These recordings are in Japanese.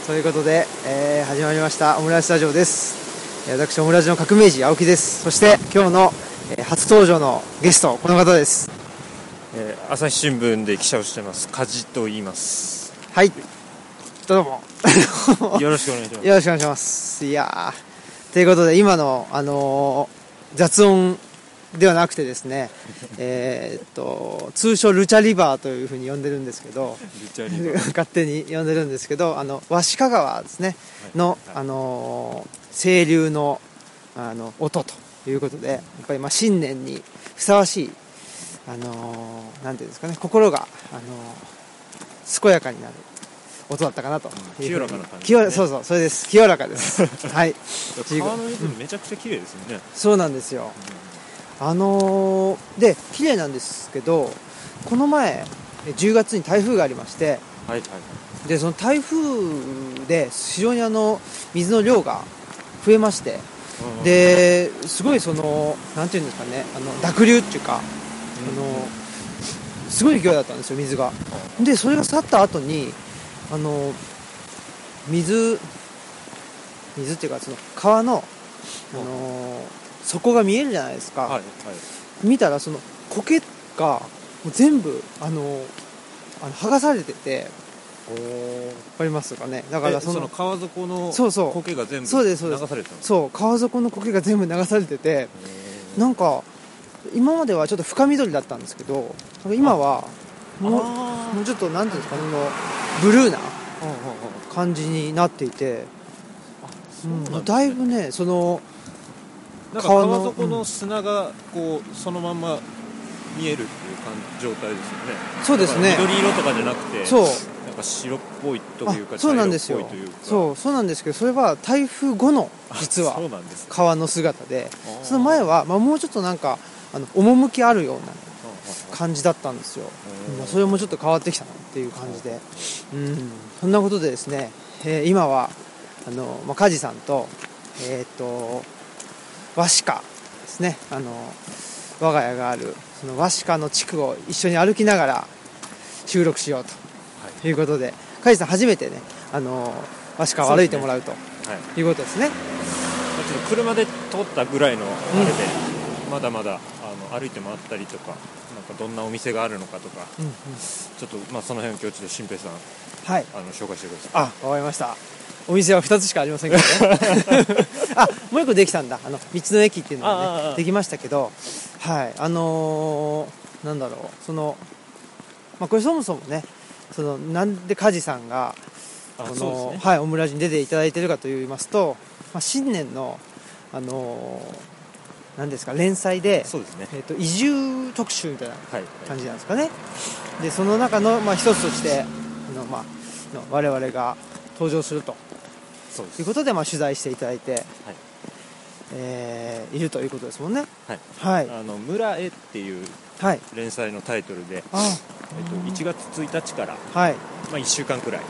ということで、始まりましたオムライスラジオです。私オムラジの革命児青木です。そして今日の、初登場のゲストこの方です。 朝日新聞で記者をしてます梶と言います。 はい、どうもよろしくお願いします。 よろしくお願いします。いやー、ということで今の、雑音ではなくてですね通称ルチャリバーというふうに呼んでるんですけど、 ルチャリバー勝手に呼んでるんですけど、鷲鹿川ですねの、清流の、音ということで、やっぱり新年にふさわしい、なんていうんですかね、心が、健やかになる音だったかなと。 清らかな感じ、ね、 そうそれです。清らかですはい川の水めちゃくちゃ綺麗ですよね。 そうなんですよ。で綺麗なんですけど、この前10月に台風がありまして、 はいはいはい、 でその台風で非常に水の量が増えまして、ですごいなんていうんですかね、濁流っていうか、すごい勢いだったんですよ、水が。でそれが去った後に水っていうか、その川の、底が見えるじゃないですか、はいはい、見たらその苔がもう全部剥がされてて、わかりますかね。だからその川底の苔が全部流されてたの？ そう、川底の苔が全部流されてて、なんか今まではちょっと深緑だったんですけど、今はもうちょっとなんていうんですかね、ブルーな感じになっていて、だいぶね、 なんか川底の砂がこうそのまんま見えるっていう状態ですよね。 そうですね。 緑色とかじゃなくて、そう、なんか白っぽいというか茶色っぽいというか、 そうなんですけど、それは台風後の実は川の姿で、その前は、もうちょっとなんか趣あるような感じだったんですよ。それもちょっと変わってきたなっていう感じで、そんなことでですね、今は梶さんと鷲鹿ですね、我が家があるその鷲鹿の地区を一緒に歩きながら収録しようということで、梶さん初めてね、鷲鹿を歩いてもらうということですね。 ちょっと車で通ったぐらいのあれで、まだまだ歩いて回ったりとか、なんかどんなお店があるのかとか、ちょっとその辺を今日ちょっと新平さん、紹介してください。 わかりました。お店は2つしかありませんけどねもう一個できたんだ、道の駅っていうのがねできましたけど、はい、なんだろう、これそもそもね、なんで梶さんがオムラジに出ていただいているかといいますと、新年の何ですか、連載で、移住特集みたいな感じなんですかね。でその中の一つとして我々が登場するということで、取材していただいて、いるということですもんね。 はい、村へっていう連載のタイトルで、1月1日から、1週間くらい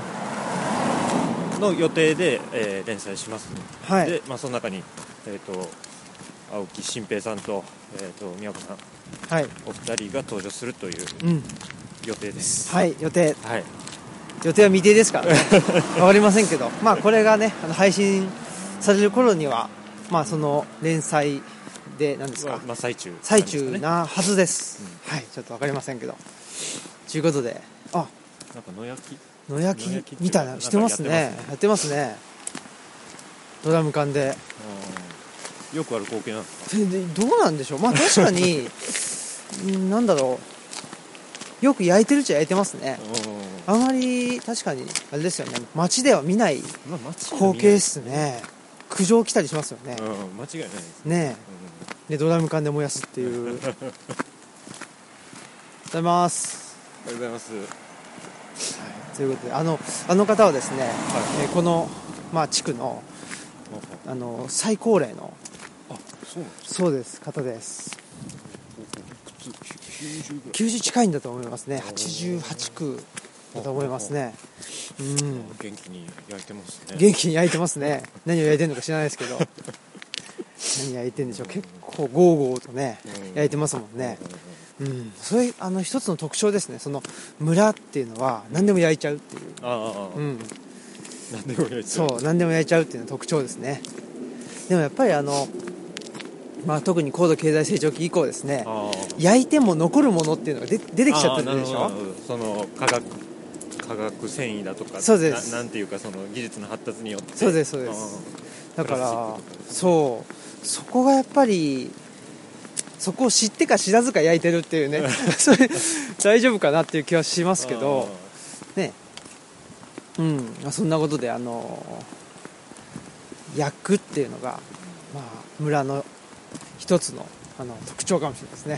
の予定で、連載します、で、その中に、青木新平さんと、宮子さん、お二人が登場するという予定です。 予定は未定ですからね分かりませんけど、これがね配信される頃には、その連載で何ですか、 最中なはずです。ちょっと分かりませんけど、ということで、なんか野焼きみたいなしてますね。やってますね、ドラム缶で。 よくある光景なんですか。どうなんでしょう。確かになんだろう、よく焼いてるっちゃ焼いてますね。あまり確かにあれですよね、街では見ない光景ですね。苦情来たりしますよね。 間違いないですね。でドラム缶で燃やすっていうありがとうございます。 ありがとうございます。 ということで、あの方はですね、この地区の最高齢のそうです方です。90近いんだと思いますね。88区だと思いますね。 元気に焼いてますね。 元気に焼いてますね。何を焼いてるのか知らないですけど何焼いてるんでしょう。結構ゴーゴーとね焼いてますもんね。それ一つの特徴ですね。その村っていうのは何でも焼いちゃうっていう。 何でも焼いちゃう。 そう、何でも焼いちゃうっていうのが特徴ですね。でもやっぱり特に高度経済成長期以降ですね、焼いても残るものっていうのが出てきちゃってるでしょ。 その化学繊維だとか、 そうです。 なんていうか、その技術の発達によって。 そうですそうです。だからそこがやっぱりそこを知ってか知らずか焼いてるっていうねそれ大丈夫かなっていう気はしますけどね。そんなことで焼くっていうのが、村の一つの特徴かもしれないですね。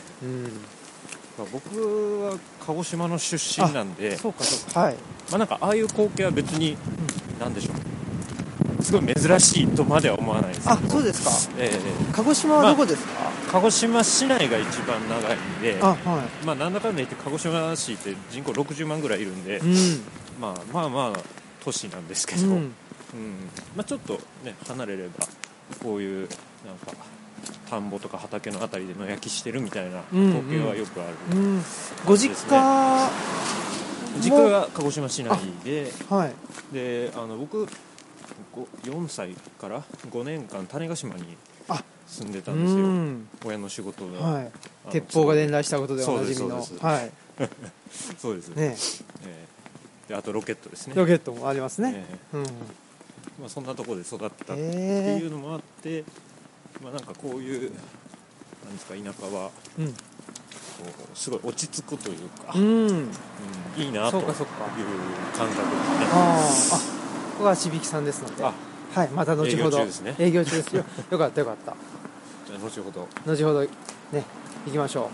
僕は鹿児島の出身なんで、 そうかそうか、はい。 なんかああいう光景は別に、なんでしょう、すごい珍しいとまでは思わないですけど。 そうですか。鹿児島はどこですか？ 鹿児島市内が一番長いんで、 はい。 なんだかんだ言って鹿児島市って人口60万ぐらいいるんで、まあ都市なんですけど、ちょっとね離れればこういうなんか田んぼとか畑のあたりで野焼きしてるみたいな光景はよくある、 ご実家実家が鹿児島市内で、で僕4歳から5年間種子島に住んでたんですよ。親の仕事が、 鉄砲が伝来したことでおなじみの。 そうですね。であとロケットですね。 ロケットもありますね。 そんなところで育ったっていうのもあって、なんかこういうなんですか、田舎は、すごい落ち着くというか、いいなという感覚ですね。 ここがちびきさんですので、また後ほど営業中ですよ。よかったよかった。 じゃあ後ほどね行きましょ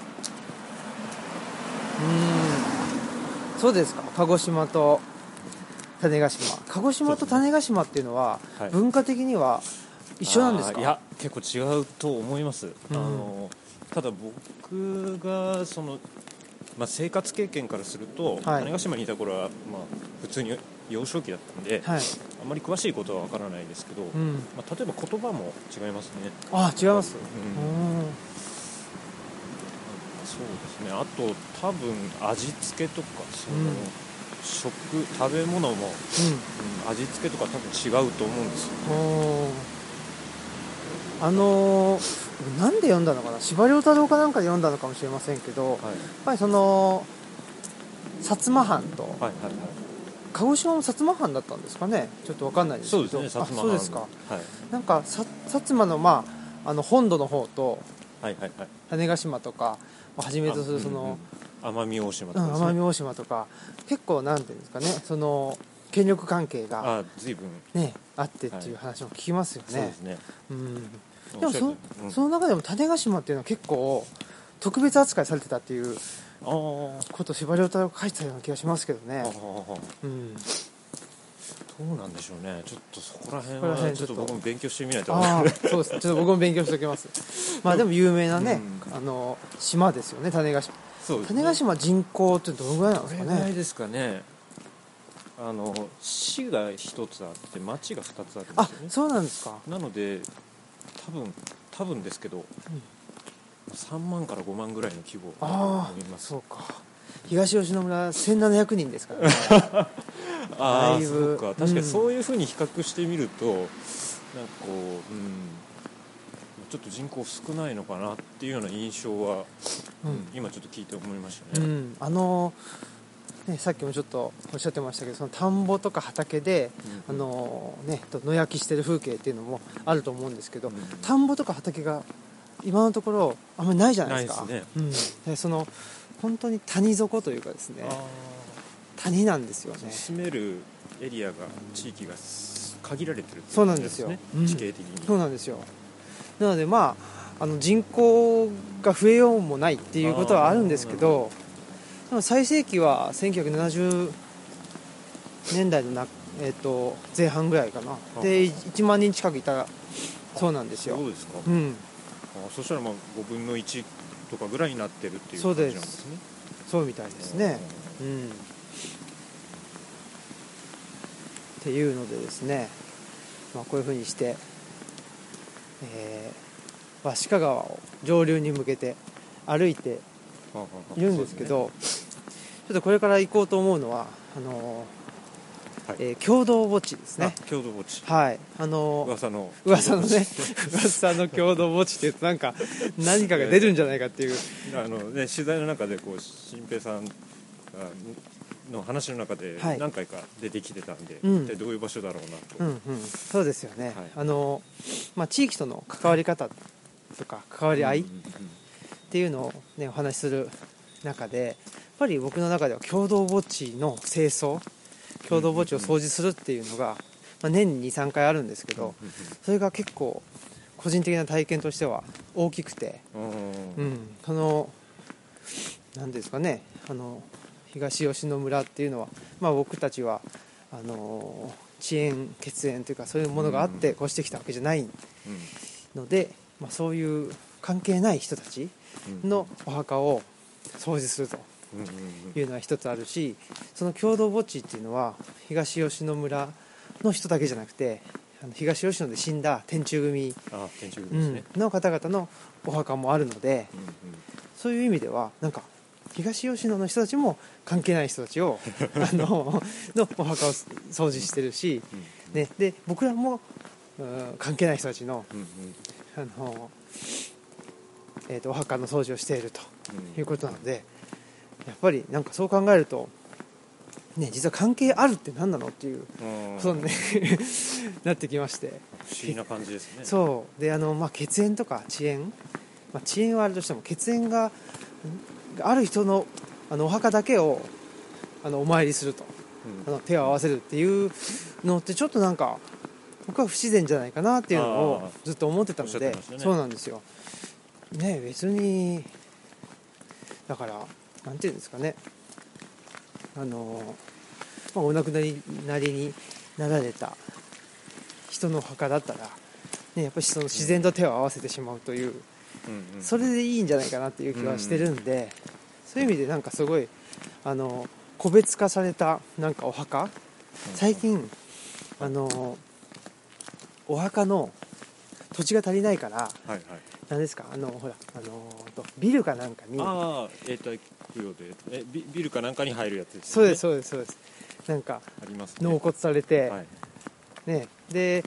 う。そうですか。鹿児島と種子島。鹿児島と種子島っていうのは文化的には一緒なんですか？ いや結構違うと思います。ただ僕が生活経験からすると、種子島にいた頃は普通に幼少期だったんで、あんまり詳しいことはわからないですけど、例えば言葉も違いますね。 違います。 そうですね。あと多分味付けとか食べ物も、味付けとか多分違うと思うんですよ。 なんで読んだのかな、司馬遼太郎かなんかで読んだのかもしれませんけど、やっぱり薩摩藩と、鹿児島も薩摩藩だったんですかね、ちょっと分かんないですけど。 そうですね、薩摩藩。 そうですか。なんか薩摩の本土の方と、種子島とかをはじめとする奄美大島とか、 奄美大島とか結構なんていうんですかね、権力関係が随分あってっていう話も聞きますよね。 そうですね。 でもその中でも種子島っていうのは結構特別扱いされてたっていうことを司馬遼太郎が書いてたような気がしますけどね。 どうなんでしょうね。ちょっとそこら辺はちょっと僕も勉強してみないと。 そうですね。ちょっと僕も勉強しておきます。でも有名なね、島ですよね、種子島。種子島人口ってどのぐらいなんですかね。 どれぐらいですかね。市が一つあって町が二つあるんですよね。 そうなんですか。 なので多分ですけど、3万から5万ぐらいの規模だと思います。 そうか。東吉野村1700人ですからね。 だいぶ。そうか。確かにそういうふうに比較してみると、なんかちょっと人口少ないのかなっていうような印象は、今ちょっと聞いて思いましたね。 さっきもちょっとおっしゃってましたけど、その田んぼとか畑で、野焼きしてる風景っていうのもあると思うんですけど、田んぼとか畑が今のところあんまりないじゃないですか。 ないですね。 本当に谷底というかですね、谷なんですよね。 住めるエリアが地域が限られてるっていう、 そうなんですよ。 地形的に。 そうなんですよ。なので人口が増えようもないっていうことはあるんですけど、でも最盛期は1970年代の前半ぐらいかな。で1万人近くいたそうなんですよ。 そうですか。そしたら5分の1とかぐらいになってるっていう感じなんですね。 そうみたいですね。っていうのでですね、こういうふうにして足利川を上流に向けて歩いているんですけど、ちょっとこれから行こうと思うのははい、 共同墓地ですね。 共同墓地、 はい、 噂のね噂の共同墓地って言うとなんか何かが出るんじゃないかっていうね、取材の中でこう新平さんの話の中で何回か出てきてたんで、一体どういう場所だろうなと、 そうですよね、はい、地域との関わり方とか関わり合いっていうのを、ね、お話しする中でやっぱり僕の中では共同墓地の清掃、共同墓地を掃除するっていうのが、年に 2,3 回あるんですけど、それが結構個人的な体験としては大きくて、何ですかね、東吉野村っていうのは、僕たちは遅延血縁というかそういうものがあって越してきたわけじゃないので、そういう関係ない人たちのお墓を掃除するというのは一つあるし、その共同墓地っていうのは東吉野村の人だけじゃなくて東吉野で死んだ天中組の方々のお墓もあるので、そういう意味ではなんか東吉野の人たちも関係ない人たちをのお墓を掃除してるし、ね、で僕らも関係ない人たちの、お墓の掃除をしているということなので、やっぱりなんかそう考えると、ね、実は関係あるって何なのっていうことに、ね、なってきまして、 不思議な感じですね。 そうで血縁とか遅延、遅延はあるとしても血縁がある人のお墓だけをお参りすると、手を合わせるっていうのってちょっとなんか僕は不自然じゃないかなっていうのをずっと思ってたので、そうなんですよね。別にだからなんていうんですかね、お亡くなりになられた人の墓だったら、ね、やっぱりその自然と手を合わせてしまうという、それでいいんじゃないかなっていう気はしてるんで、そういう意味でなんかすごい個別化されたなんかお墓、最近お墓の土地が足りないから、何ですかほらビルかなんかにビルかなんかに入るやつですね。 そうですそうですそうです。なんかあります、ね、 納骨されて、ね、で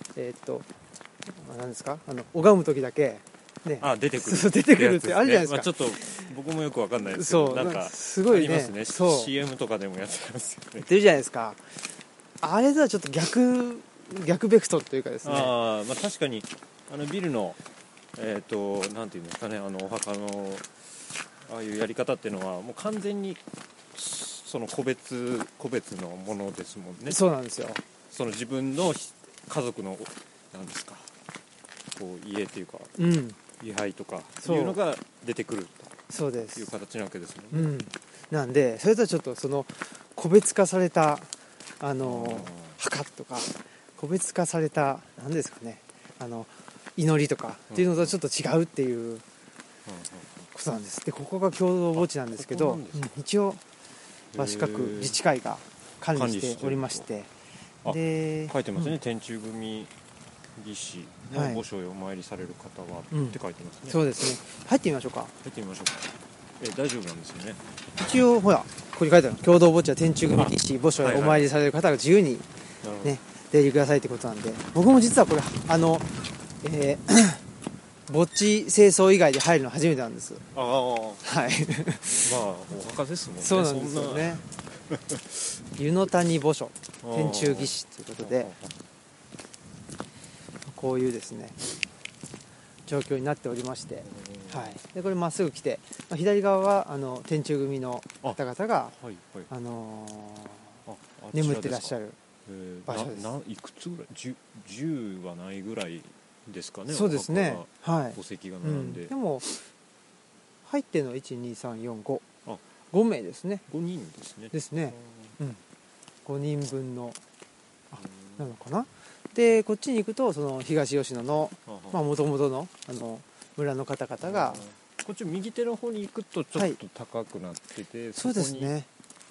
何ですか拝む時だけ、ね、 出てくるってあるじゃないですか。 ちょっと僕もよくわかんないですけど、なんかすごいね、 ありますね。CM とかでもやってますよね。 言ってるじゃないですか。あれとはちょっと逆ベクトルというかですね。 確かにビルのなんていうんですかね、お墓のああいうやり方っていうのはもう完全にその個別のものですもんね。 そうなんですよ。 その自分の家族のなんですか、こう家っていうか、位牌とかいうのが出てくるという形なわけですもんね。 なんでそれとはちょっとその個別化された墓とか個別化された何ですかね、祈りとかっていうのとはちょっと違うっていうことなんです。でここが共同墓地なんですけど、一応四角自治会が管理しておりまして、 で書いてますね、天中組義士の墓所へお参りされる方は、って書いてますね。 そうですね。入ってみましょうか。 大丈夫なんですよね。 一応ほらここに書いてある、共同墓地は天中組義士墓所へお参りされる方が自由にね、出入りくださいってことなんで、僕も実はこれ墓地清掃以外で入るの初めてなんです。 お墓ですもんね。 そうなんですよね。湯の谷墓所天中義士ということで、こういうですね状況になっておりまして、でこれまっすぐ来て、左側は天中組の方々が眠ってらっしゃる場所です。 いくつぐらい、10はないぐらいですかね。 そうですね。 墓石が並んで、 でも入ってるのは 1,2,3,4,5 名ですね。 5人ですね。 5人分のなのかな。でこっちに行くとその東吉野のもともとの村の方々が、 こっち右手の方に行くとちょっと高くなってて、 そうですね。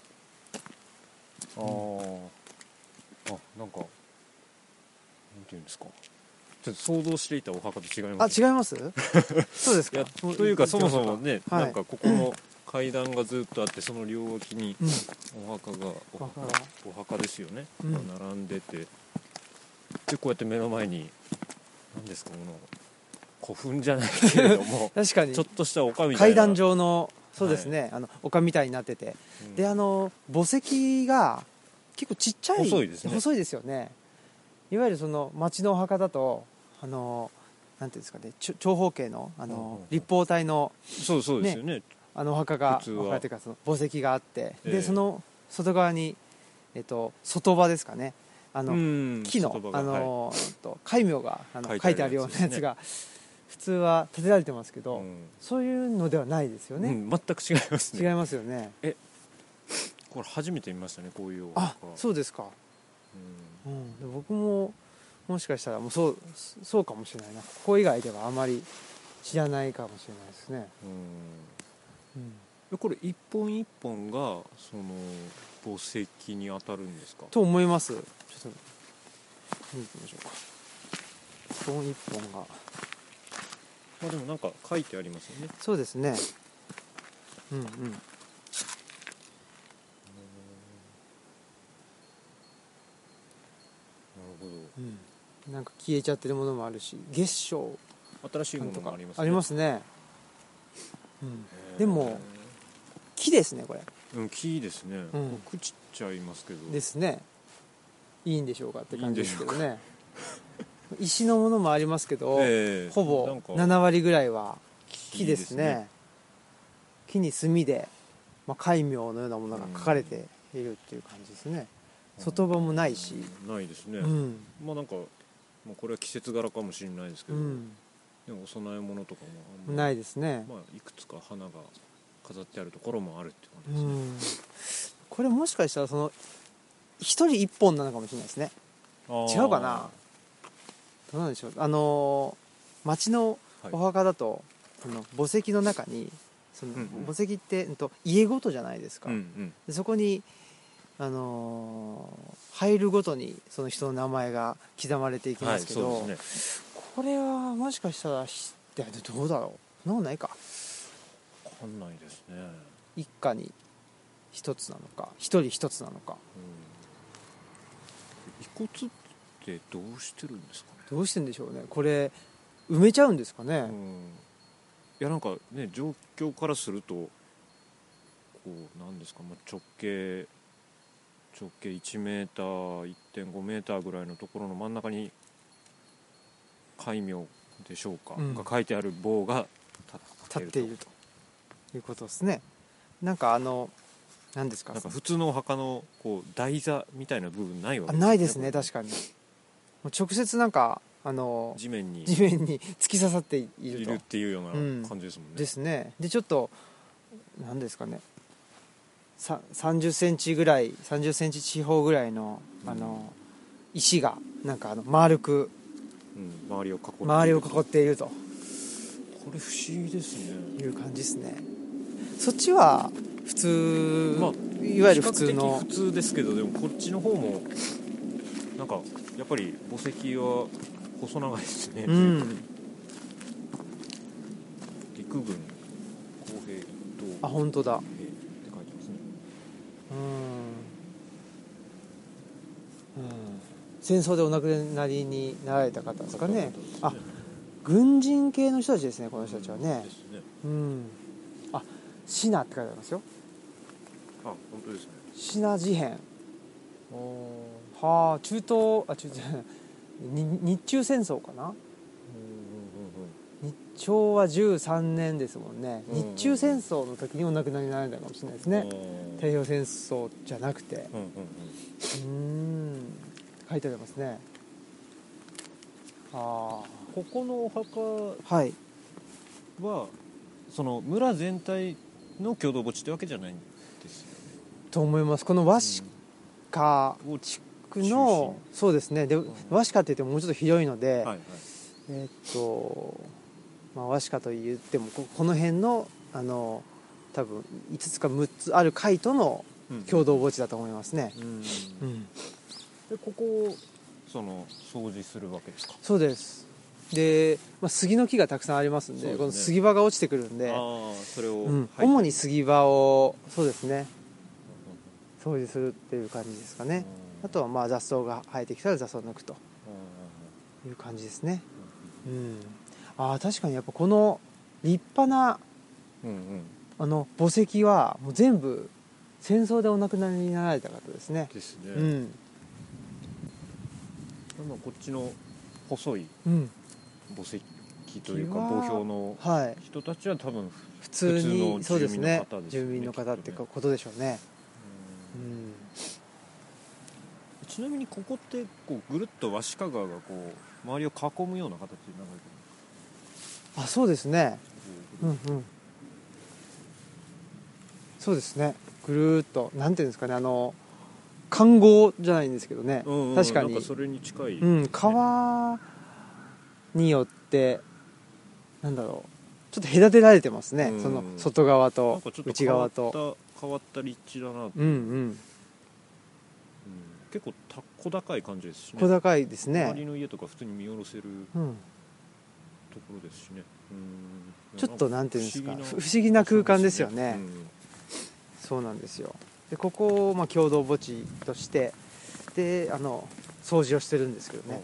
なんかなんていうんですか、ちょっと想像していたお墓と違います。 違いますそうですか。 というかそもそもね、なんかここの階段がずっとあって、その両脇にお墓が、お墓ですよね、並んでて、でこうやって目の前に何ですか、この古墳じゃないけれども確かにちょっとした丘みたいな階段状の、そうですね、丘みたいになってて、で墓石が結構ちっちゃい、 細いですね、 細いですよね。いわゆるその町のお墓だとなんていうんですかね、長方形の立方体の、 そうですよね、 お墓が、 普通はというかその墓石があって、でその外側に外場ですかね、木の戒名が書いてあるようなやつが普通は建てられてますけど、そういうのではないですよね、 全く違いますね。 違いますよね。 これ初めて見ましたね、こういうお墓。 そうですか、で僕ももしかしたらもうそうかもしれないな、ここ以外ではあまり知らないかもしれないですね。 これ一本一本がその墓石に当たるんですかと思います。ちょっと見てみましょうか。一本一本が、 でもなんか書いてありますよね。 そうですね、なるほど、 なんか消えちゃってるものもあるし、月章新しいものもありますね。 ありますね、でも木ですねこれ。 木ですね、朽ちちゃいますけどですね。いいんでしょうかって感じですけどね。石のものもありますけど、ほぼ7割ぐらいは木ですね。木に墨で、戒名のようなものが書かれているっていう感じですね。外場もないし、 ないですね、なんかこれは季節柄かもしれないですけど、でもお供え物とかもないですね。 いくつか花が飾ってあるところもあるって感じですね。 これもしかしたらその一人一本なのかもしれないですね。違うかな、どうなんでしょう。町のお墓だと、墓石の中にその墓石って、家ごとじゃないですか、でそこに、入るごとにその人の名前が刻まれていきますけど、これはもしかしたらどうだろう、そんなことないか、 分かんないですね。 一家に一つなのか、一人一つなのか、 遺骨ってどうしてるんですかね。 どうしてんでしょうね。これ埋めちゃうんですかね。 いやなんかね、状況からするとこうなんですか、直径1メーター 1.5 メーターぐらいのところの真ん中に戒名でしょうか、が書いてある棒が立っているということですね。なんか何ですか、 なんか普通のお墓のこう台座みたいな部分ないわけですね。 ないですね、確かに。直接なんか地面に突き刺さっているっていうような感じですもんね。 ですね。でちょっと何ですかね、30センチぐらい、30センチ四方ぐらいの石がなんか丸く、 周りを囲っていると。これ不思議ですね。 いう感じですね。そっちは普通、いわゆる普通の、 比較的普通ですけど、でもこっちの方もなんかやっぱり墓石は細長いですね。陸軍公平一等本当だって書いてますね。 戦争でお亡くなりになられた方ですかね。軍人系の人たちですね、この人たちはね。シナって書いてありますよ。 本当ですね。 シナ事変。中東日中戦争かな。日朝は13年ですもんね。日中戦争の時にお亡くなりになられたかもしれないですね。太平洋戦争じゃなくて。書いてありますね。 ここのお墓は、その村全体の共同墓地ってわけじゃないんですよね。 と思います。この和鹿地区の、そうですね。で、和鹿って言ってももうちょっと広いので、和鹿と言ってもこの辺の多分5つか6つある会との共同墓地だと思いますね。 でここを掃除するわけですか。 そうです。 で、杉の木がたくさんありますんで、この杉葉が落ちてくるんで、 それを、 主に杉葉をそうですね掃除するっていう感じですかね。あとは雑草が生えてきたら雑草を抜くという感じですね。確かにやっぱこの立派な、墓石はもう全部戦争でお亡くなりになられた方ですね。 ですね。こっちの細い墓石というか墓標の人たちは多分普通にそうですね、住民の方ってことでしょうね。 ちなみにここってこうぐるっと鷲川がこう周りを囲むような形で流れてるんですか？ そうですね。そうですね。ぐるーっとなんていうんですかね、環濠じゃないんですけどね。確かになんかそれに近い、 川によってなんだろう、ちょっと隔てられてますね。その外側と内側と変わった立地だなと。結構小高い感じですしね。 小高いですね。 周りの家とか普通に見下ろせるところですしね。 ちょっとなんていうんですか、不思議な空間ですよね。そうなんですよ。でここを共同墓地としてで掃除をしてるんですけどね。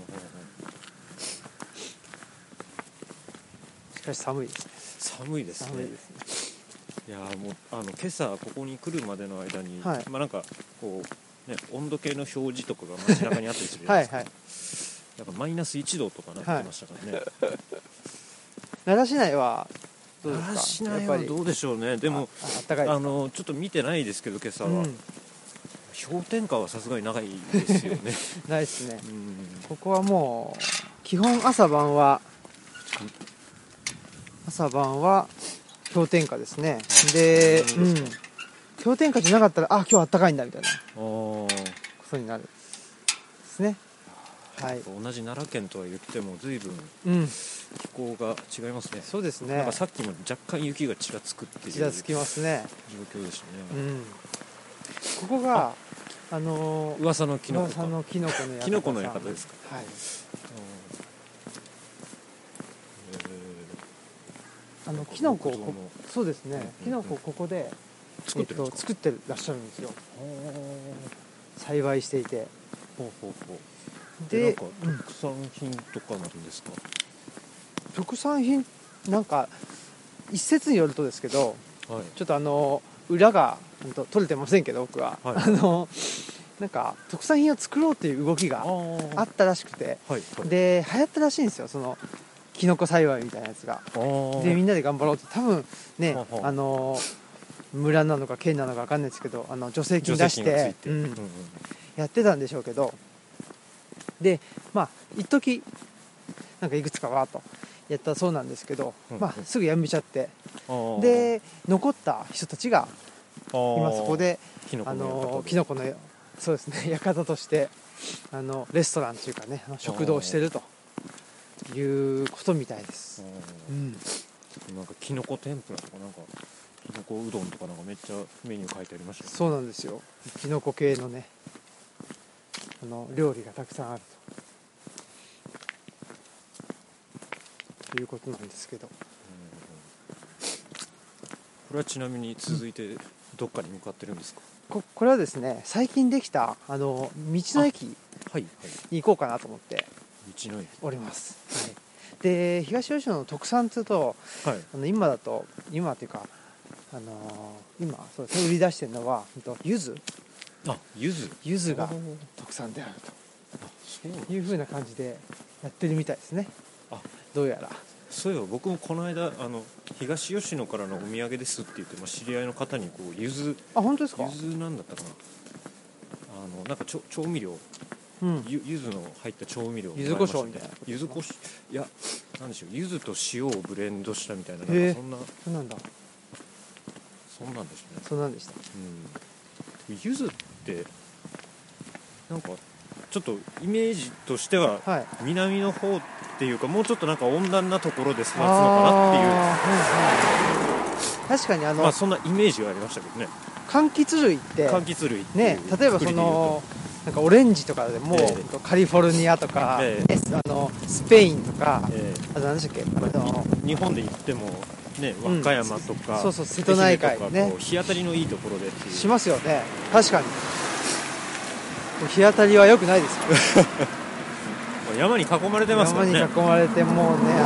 しかし寒いですね。 寒いですね。いやもう今朝ここに来るまでの間に、なんかこうね、温度計の表示とかが街中にあったりするじゃないですか。なんかマイナス1度とかなってましたからね。 奈良市内はどうですか？ 奈良市内はどうでしょうね。でもちょっと見てないですけど今朝は、氷点下はさすがにないですよね。 ないですね。ここはもう基本朝晩は氷点下ですね。で、氷点下じゃなかったら今日あったかいんだみたいなことになるんですね。 同じ奈良県とは言っても随分気候が違いますね。 そうですね。 なんかさっきも若干雪がちらつくっていうちらつきますね。 状況でしたね。 ここが噂のキノコのキノコのキノコの館ですか。 キノコそうですね。キノコここで作ってらっしゃるんですよ。栽培していて。 でなんか特産品とかなんですか？ 特産品なんか一説によるとですけど、ちょっと裏が取れてませんけど僕は、なんか特産品を作ろうっていう動きがあったらしくて、で流行ったらしいんですよ、そのキノコ栽培みたいなやつが。でみんなで頑張ろうって多分ね、村なのか県なのか分かんないですけど助成金出してやってたんでしょうけど、で一時なんかいくつかわーっとやったそうなんですけど、すぐやめちゃって、で残った人たちが今そこでキノコのそうですね館としてレストランというかね食堂をしてるということみたいです。 なんかキノコ天ぷらとかなんかキノコうどんとかなんかめっちゃメニュー書いてありましたね。 そうなんですよ。キノコ系のね料理がたくさんあるということなんですけど、これはちなみに続いてどっかに向かってるんですか？ これはですね最近できた道の駅に行こうかなと思っております。で東吉野の特産というと、今というか今そうですね売り出してるのは柚子。柚子が特産であるという風な感じでやってるみたいですね。どうやら。 そういえば僕もこの間東吉野からのお土産ですって言って、知り合いの方にこう柚子本当ですか？ 柚子なんだったかななんか調味料、柚子の入った調味料柚子胡椒みたいな。 柚子胡椒いやなんでしょう柚子と塩をブレンドしたみたいな、 なんかそんなんですね。 そうなんでした。 柚子ってなんかちょっとイメージとしては南の方っていうか、もうちょっとなんか温暖なところで育つのかなっていう、 確かにそんなイメージがありましたけどね。 柑橘類ってね、例えばなんかオレンジとかでも、カリフォルニアとか、スペインとか、 あと何でしたっけ、 日本で言ってもね、和歌山とか、 そうそう瀬戸内海ね、 日当たりのいいところでっていうしますよね。確かに日当たりは良くないですよ山に囲まれてますからね。 山に囲まれてもうね、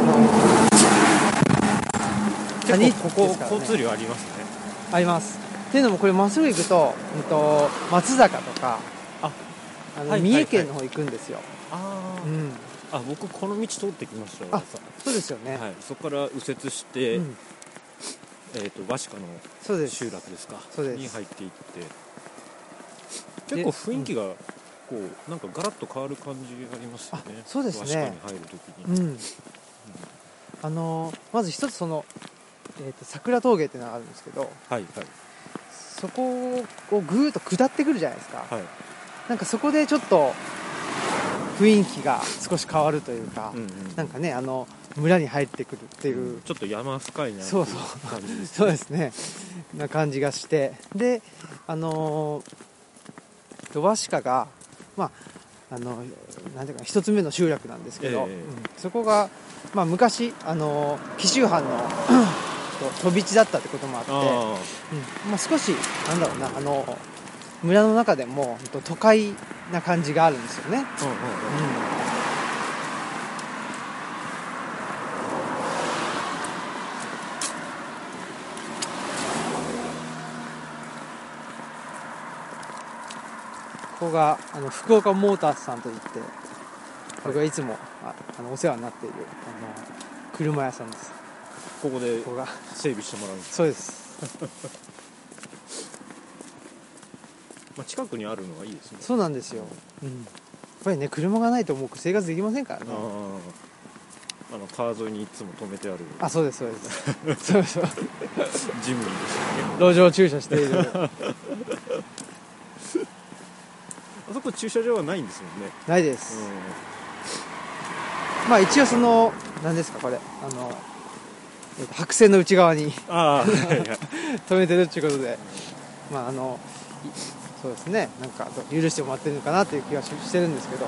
結構ここ交通量ありますね。 あります。っていうのもこれまっすぐ行くと、松坂とか三重県の方行くんですよ。 僕この道通ってきました。 そうですよね、 はい、そこから右折して、和鹿の集落ですかに入っていって、結構雰囲気がこうなんかガラッと変わる感じがありますよね。 そうですね、 和鹿に入るときに、 まず一つ桜峠っていうのがあるんですけど、 はいはい、 そこをぐーっと下ってくるじゃないですか、はい、なんかそこでちょっと雰囲気が少し変わるというか、なんかね、村に入ってくるっていう、 ちょっと山深いなっていう感じですね。 そうですねな感じがして、で和鹿がなんていうか一つ目の集落なんですけど、そこが、昔紀州藩の飛び地だったってこともあって、少しなんだろうな、村の中でも都会な感じがあるんですよね。ここが福岡モータースさんといって、僕がいつもお世話になっている車屋さんです。 ここで整備してもらうんですか？ そうです近くにあるのはいいですね。 そうなんですよ、やっぱりね、車がないともう生活できませんからね。 川沿いにいつも止めてある。 そうですそうですそうそうジムにですね、 路上駐車しているあそこ駐車場はないんですもんね。 ないです、一応何ですかこれ、白線の内側に止めてるっていうことで、そうですね、なんか許してもらってるのかなっていう気がしてるんですけど、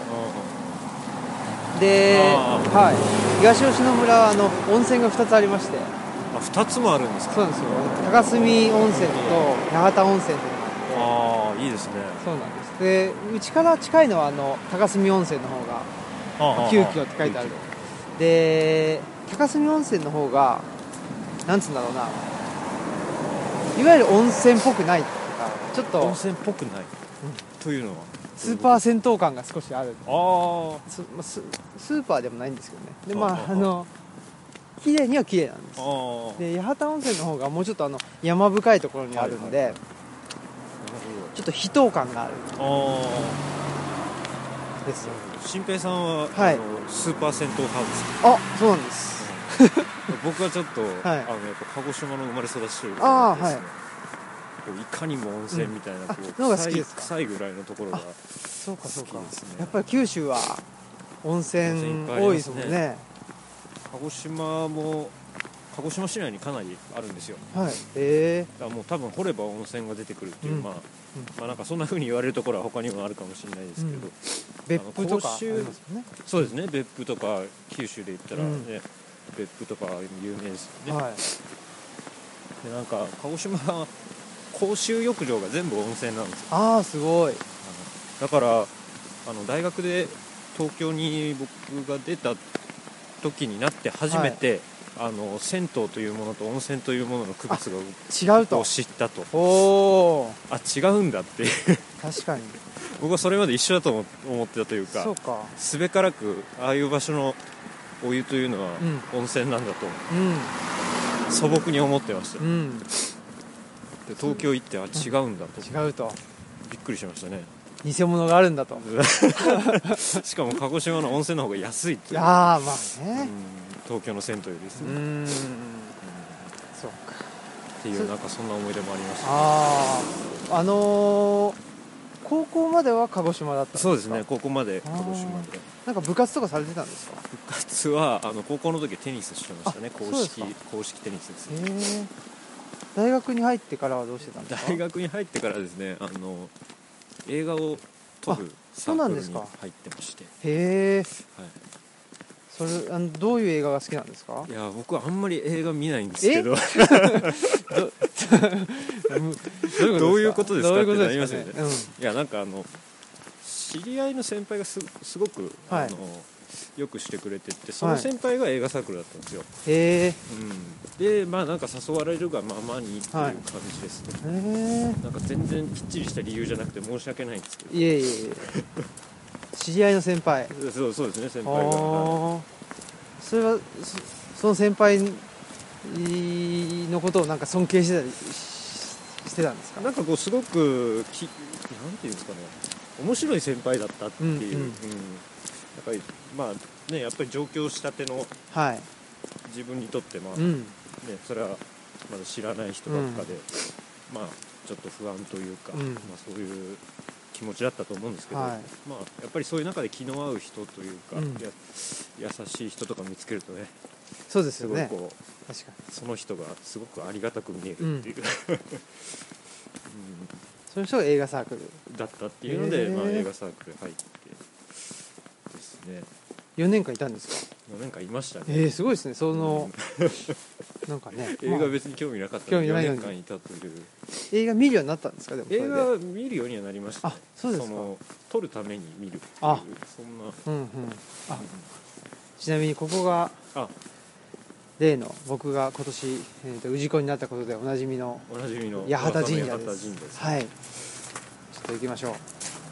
で、東吉野村は温泉が2つありまして。 2つもあるんですか？ そうなんですよ。高隅温泉と八幡温泉というのがあって、 いいですね。 そうなんです。で、うちから近いのは高隅温泉の方が9キロって書いてある。で、高隅温泉の方がなんつうんだろうな、いわゆる温泉っぽくないっていうか、ちょっと温泉っぽくない、というのはスーパー銭湯感が少しある。スーパーでもないんですけどね。で、綺麗には綺麗なんです。で、八幡温泉の方がもうちょっと山深いところにあるんで、ちょっと秘湯感があるですよ。 新平さんは、スーパー銭湯ハウス。 そうなんです僕はちょっと、やっぱ鹿児島の生まれ育ちというかですね、いかにも温泉みたいな、臭いぐらいのところが好きですね。 やっぱり九州は温泉多いですもんね。 鹿児島市内にかなりあるんですよ。だからもう多分掘れば温泉が出てくるっていう、なんかそんな風に言われるところは他にもあるかもしれないですけど、 別府とかありますよね。 そうですね、別府とか九州で言ったらね、別府とか有名ですよね。で、なんか鹿児島は公衆浴場が全部温泉なんですよ。 すごい。 だから大学で東京に僕が出た時になって初めて、銭湯というものと温泉というものの区別が違うと知ったと。違うんだっていう確かに僕はそれまで一緒だと思ってたというか、すべからくああいう場所のお湯というのは温泉なんだと、素朴に思ってました。で、東京行って違うんだと、びっくりしましたね。 偽物があるんだとしかも鹿児島の温泉の方が安いっていう。東京の銭湯よりですね。 そうかっていう、なんかそんな思い出もありました。 高校までは鹿児島だったんですか？ そうですね、高校まで鹿児島で。 なんか部活とかされてたんですか？ 部活は高校の時テニスしてましたね。公式テニスです。 大学に入ってからはどうしてたんですか？ 大学に入ってからですね、映画を撮るサークルに入ってまして。 それどういう映画が好きなんですか？ いや僕はあんまり映画見ないんですけどどういうことですかってなりますよね。いやなんか知り合いの先輩がすごく、はい、よくしてくれてて、その先輩が映画サークルだったんですよ。 へえ。 でまあなんか誘われるがままにっていう感じですね。なんか全然きっちりした理由じゃなくて申し訳ないんですけど。 いえいえいえ。知り合いの先輩。 そうですね、先輩が。 それはその先輩のことをなんか尊敬してたりしてたんですか？ なんかこうすごくなんていうんですかね、面白い先輩だったっていう、やっぱりまあね、やっぱり上京したての自分にとってまあ、ね、それはまだ知らない人ばっかで、まあちょっと不安というか、まあそういう気持ちだったと思うんですけど、まあやっぱりそういう中で気の合う人というか、優しい人とか見つけるとね、 そうですよね、 すごいこう確かにその人がすごくありがたく見えるっていう、 その人が映画サークルだったっていうので、まあ、映画サークル入ってですね。 4年間いたんですか ？4年間いましたね。 すごいですね。そのなんかね、 映画別に興味なかったのに4年間いたという。 映画見るようになったんですか？でも映画見るようにはなりました、ね。 あ、そうですか。 撮るために見るっていう、そんな。 ちなみにここが例の僕が今年氏子になったことでおなじみの八幡神社です。はい。ちょっと行きましょ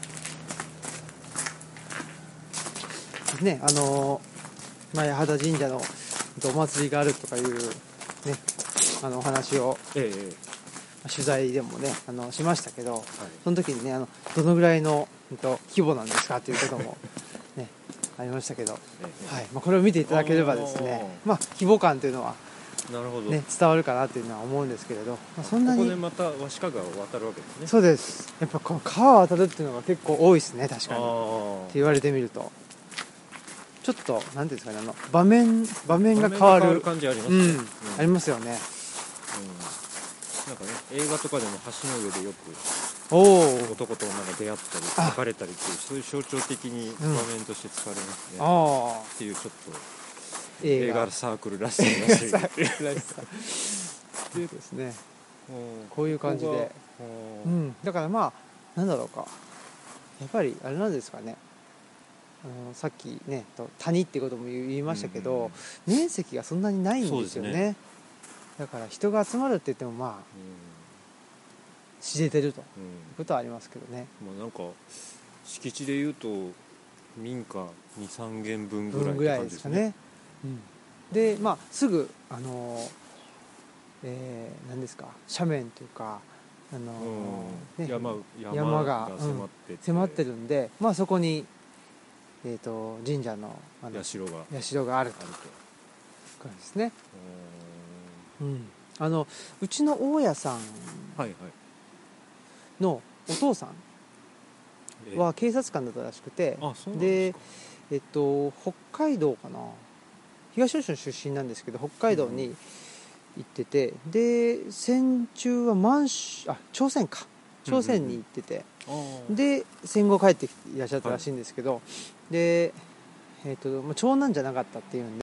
う。ね、まあ、八幡神社のお祭りがあるとかいうね、お話を、取材でもねしましたけど、その時にねどのぐらいの規模なんですかっていうこともねありましたけど、これを見ていただければですね、規模感というのはなるほど、 ね、伝わるかなというのは思うんですけれど、そんなにここでまた鷲川を渡るわけですね。 そうです。やっぱこの川を渡るっていうのが結構多いですね、確かにって言われてみると、ちょっとなんていうんですかね、場面が変わる感じありますね。 ありますよね。 なんかね、映画とかでも橋の上でよく男と女が出会ったり別れたりっていう、そういう象徴的に場面として使われますね。っていうちょっと映画サークルらしいっていうですね。こういう感じで、だからまあなんだろうか、やっぱりあれなんですかね。さっきね谷ってことも言いましたけど、面積がそんなにないんですよね。だから人が集まるって言ってもまあ、知れてるということはありますけどね。 なんか敷地でいうと民家 2,3 軒分ぐらいって感じですね。 でまあすぐ何ですか、斜面というか山が迫ってるんで、まあそこに神社の社があるという感じですね。うちの大家さんのお父さんは警察官だったらしくて、で北海道かな、東吉野出身なんですけど北海道に行ってて、で戦中は朝鮮に行ってて、で戦後帰っていらっしゃったらしいんですけど、で長男じゃなかったっていうんで